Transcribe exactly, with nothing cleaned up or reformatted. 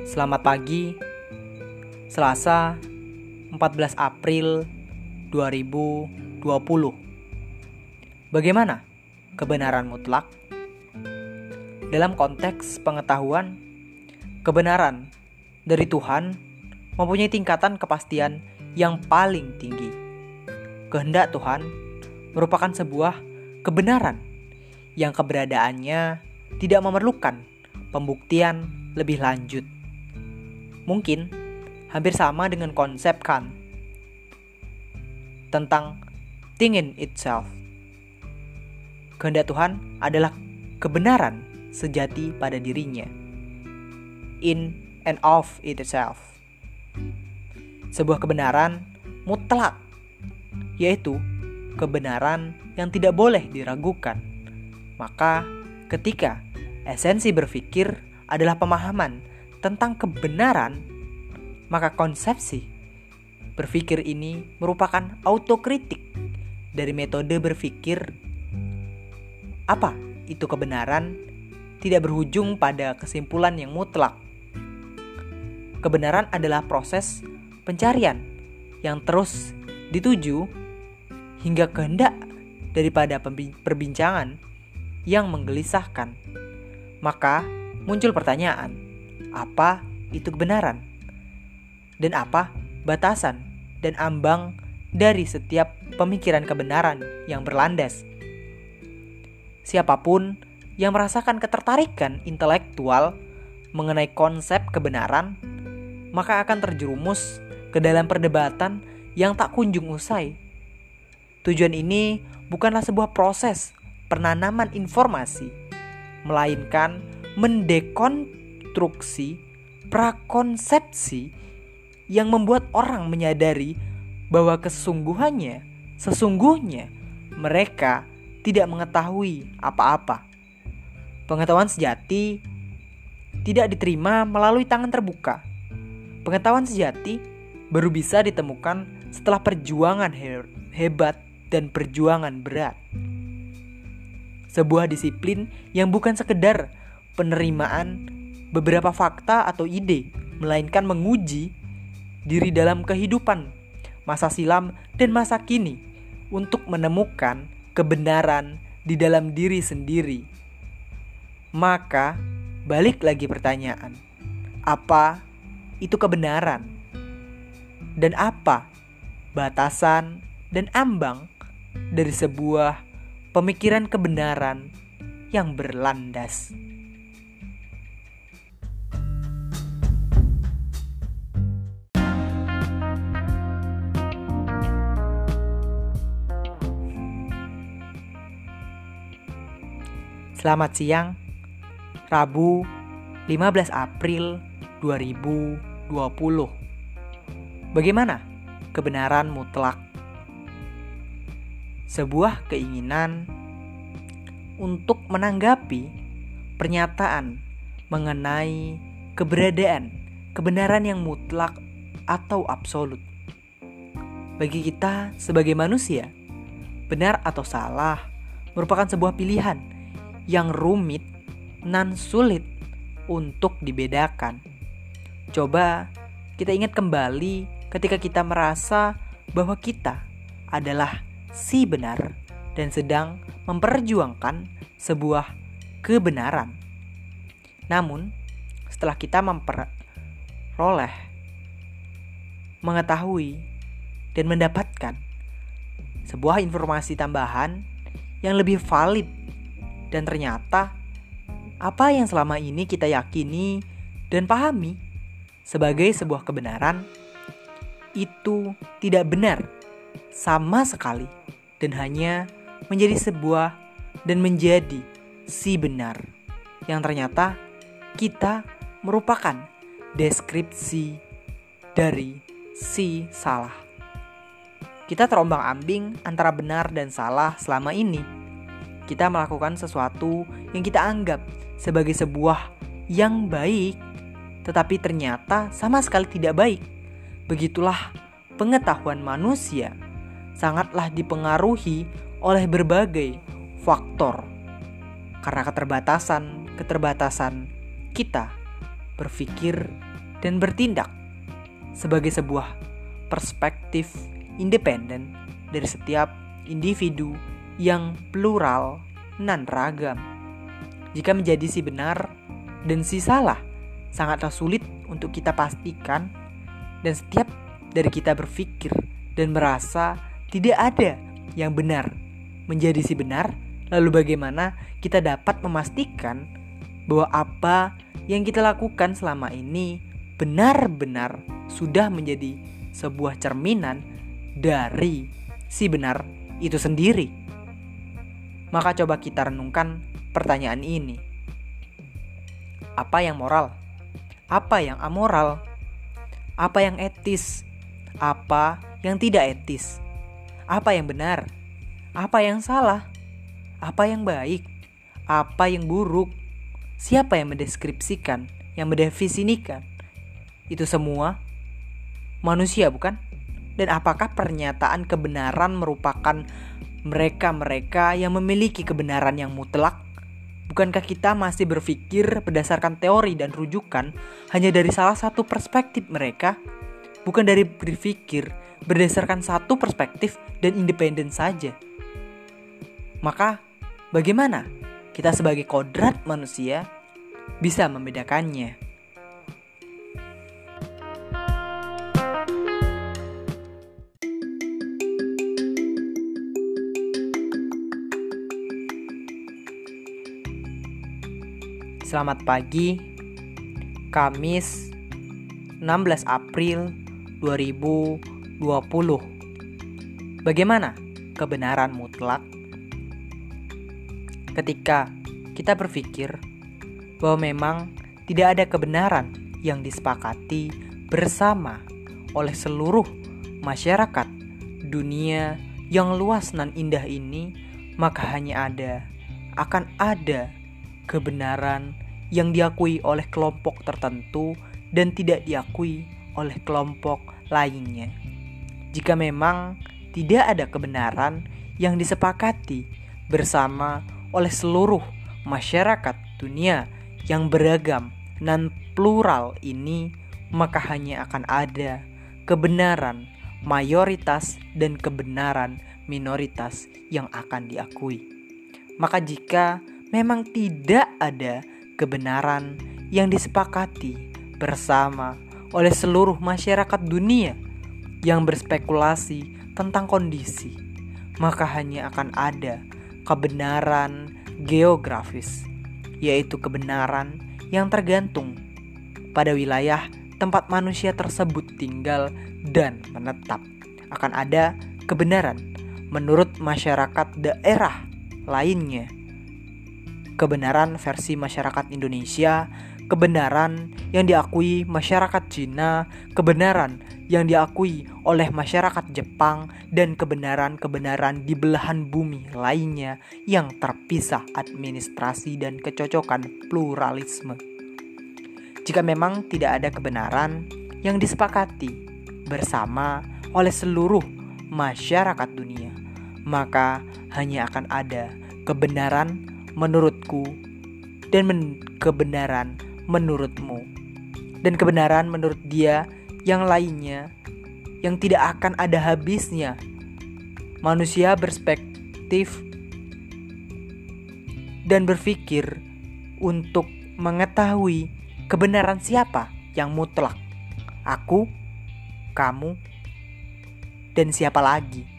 Selamat pagi, Selasa empat belas April dua ribu dua puluh. Bagaimana kebenaran mutlak? Dalam konteks pengetahuan, kebenaran dari Tuhan mempunyai tingkatan kepastian yang paling tinggi. Kehendak Tuhan merupakan sebuah kebenaran yang keberadaannya tidak memerlukan pembuktian lebih lanjut. Mungkin hampir sama dengan konsep Kant tentang thing in itself. Kehendak Tuhan adalah kebenaran sejati pada dirinya, in and of itself. Sebuah kebenaran mutlak, yaitu kebenaran yang tidak boleh diragukan. Maka ketika esensi berpikir adalah pemahaman tentang kebenaran, maka konsepsi berpikir ini merupakan autokritik dari metode berpikir. Apa itu kebenaran? Tidak berujung pada kesimpulan yang mutlak. Kebenaran adalah proses pencarian yang terus dituju hingga kehendak daripada perbincangan yang menggelisahkan. Maka muncul pertanyaan, apa itu kebenaran? Dan apa batasan dan ambang dari setiap pemikiran kebenaran yang berlandas? Siapapun yang merasakan ketertarikan intelektual mengenai konsep kebenaran, maka akan terjerumus ke dalam perdebatan yang tak kunjung usai. Tujuan ini bukanlah sebuah proses penanaman informasi, melainkan mendekonstruksi prakonsepsi yang membuat orang menyadari bahwa kesungguhannya, sesungguhnya mereka tidak mengetahui apa-apa. Pengetahuan sejati tidak diterima melalui tangan terbuka. Pengetahuan sejati baru bisa ditemukan setelah perjuangan he- hebat dan perjuangan berat. Sebuah disiplin yang bukan sekedar penerimaan beberapa fakta atau ide, melainkan menguji diri dalam kehidupan masa silam dan masa kini untuk menemukan kebenaran di dalam diri sendiri. Maka balik lagi pertanyaan, apa itu kebenaran? Dan apa batasan dan ambang dari sebuah pemikiran kebenaran yang berlandas? Selamat siang, Rabu lima belas April dua ribu dua puluh. Bagaimana kebenaran mutlak? Sebuah keinginan untuk menanggapi pernyataan mengenai keberadaan kebenaran yang mutlak atau absolut. Bagi kita sebagai manusia, benar atau salah merupakan sebuah pilihan yang rumit nan sulit untuk dibedakan. Coba kita ingat kembali ketika kita merasa bahwa kita adalah si benar dan sedang memperjuangkan sebuah kebenaran. Namun, setelah kita memperoleh, mengetahui, dan mendapatkan sebuah informasi tambahan yang lebih valid, dan ternyata apa yang selama ini kita yakini dan pahami sebagai sebuah kebenaran itu tidak benar sama sekali dan hanya menjadi sebuah dan menjadi si benar yang ternyata kita merupakan deskripsi dari si salah. Kita terombang-ambing antara benar dan salah selama ini. Kita melakukan sesuatu yang kita anggap sebagai sebuah yang baik, tetapi ternyata sama sekali tidak baik. Begitulah pengetahuan manusia sangatlah dipengaruhi oleh berbagai faktor. Karena keterbatasan-keterbatasan kita berpikir dan bertindak sebagai sebuah perspektif independen dari setiap individu yang plural dan ragam. Jika menjadi si benar dan si salah sangatlah sulit untuk kita pastikan, dan setiap dari kita berpikir dan merasa tidak ada yang benar menjadi si benar, lalu bagaimana kita dapat memastikan bahwa apa yang kita lakukan selama ini benar-benar sudah menjadi sebuah cerminan dari si benar itu sendiri? Maka coba kita renungkan pertanyaan ini. Apa yang moral? Apa yang amoral? Apa yang etis? Apa yang tidak etis? Apa yang benar? Apa yang salah? Apa yang baik? Apa yang buruk? Siapa yang mendeskripsikan, yang mendefinisikan? Itu semua manusia, bukan? Dan apakah pernyataan kebenaran merupakan mereka-mereka yang memiliki kebenaran yang mutlak? Bukankah kita masih berpikir berdasarkan teori dan rujukan hanya dari salah satu perspektif mereka? Bukan dari berpikir berdasarkan satu perspektif dan independen saja. Maka bagaimana kita sebagai kodrat manusia bisa membedakannya? Selamat pagi, Kamis enam belas April dua ribu dua puluh. Bagaimana kebenaran mutlak? Ketika kita berpikir bahwa memang tidak ada kebenaran yang disepakati bersama oleh seluruh masyarakat dunia yang luas nan indah ini, maka hanya ada, akan ada kebenaran yang diakui oleh kelompok tertentu dan tidak diakui oleh kelompok lainnya. Jika memang tidak ada kebenaran yang disepakati bersama oleh seluruh masyarakat dunia yang beragam dan plural ini, maka hanya akan ada kebenaran mayoritas dan kebenaran minoritas yang akan diakui. Maka jika memang tidak ada kebenaran yang disepakati bersama oleh seluruh masyarakat dunia yang berspekulasi tentang kondisi, maka hanya akan ada kebenaran geografis, yaitu kebenaran yang tergantung pada wilayah tempat manusia tersebut tinggal dan menetap. Akan ada kebenaran menurut masyarakat daerah lainnya, kebenaran versi masyarakat Indonesia, kebenaran yang diakui masyarakat Cina, kebenaran yang diakui oleh masyarakat Jepang, dan kebenaran-kebenaran di belahan bumi lainnya yang terpisah administrasi dan kecocokan pluralisme. Jika memang tidak ada kebenaran yang disepakati bersama oleh seluruh masyarakat dunia, maka hanya akan ada kebenaran menurutku dan men- kebenaran menurutmu, dan kebenaran menurut dia yang lainnya yang tidak akan ada habisnya. Manusia berspektif dan berpikir untuk mengetahui kebenaran siapa yang mutlak. Aku, kamu, dan siapa lagi?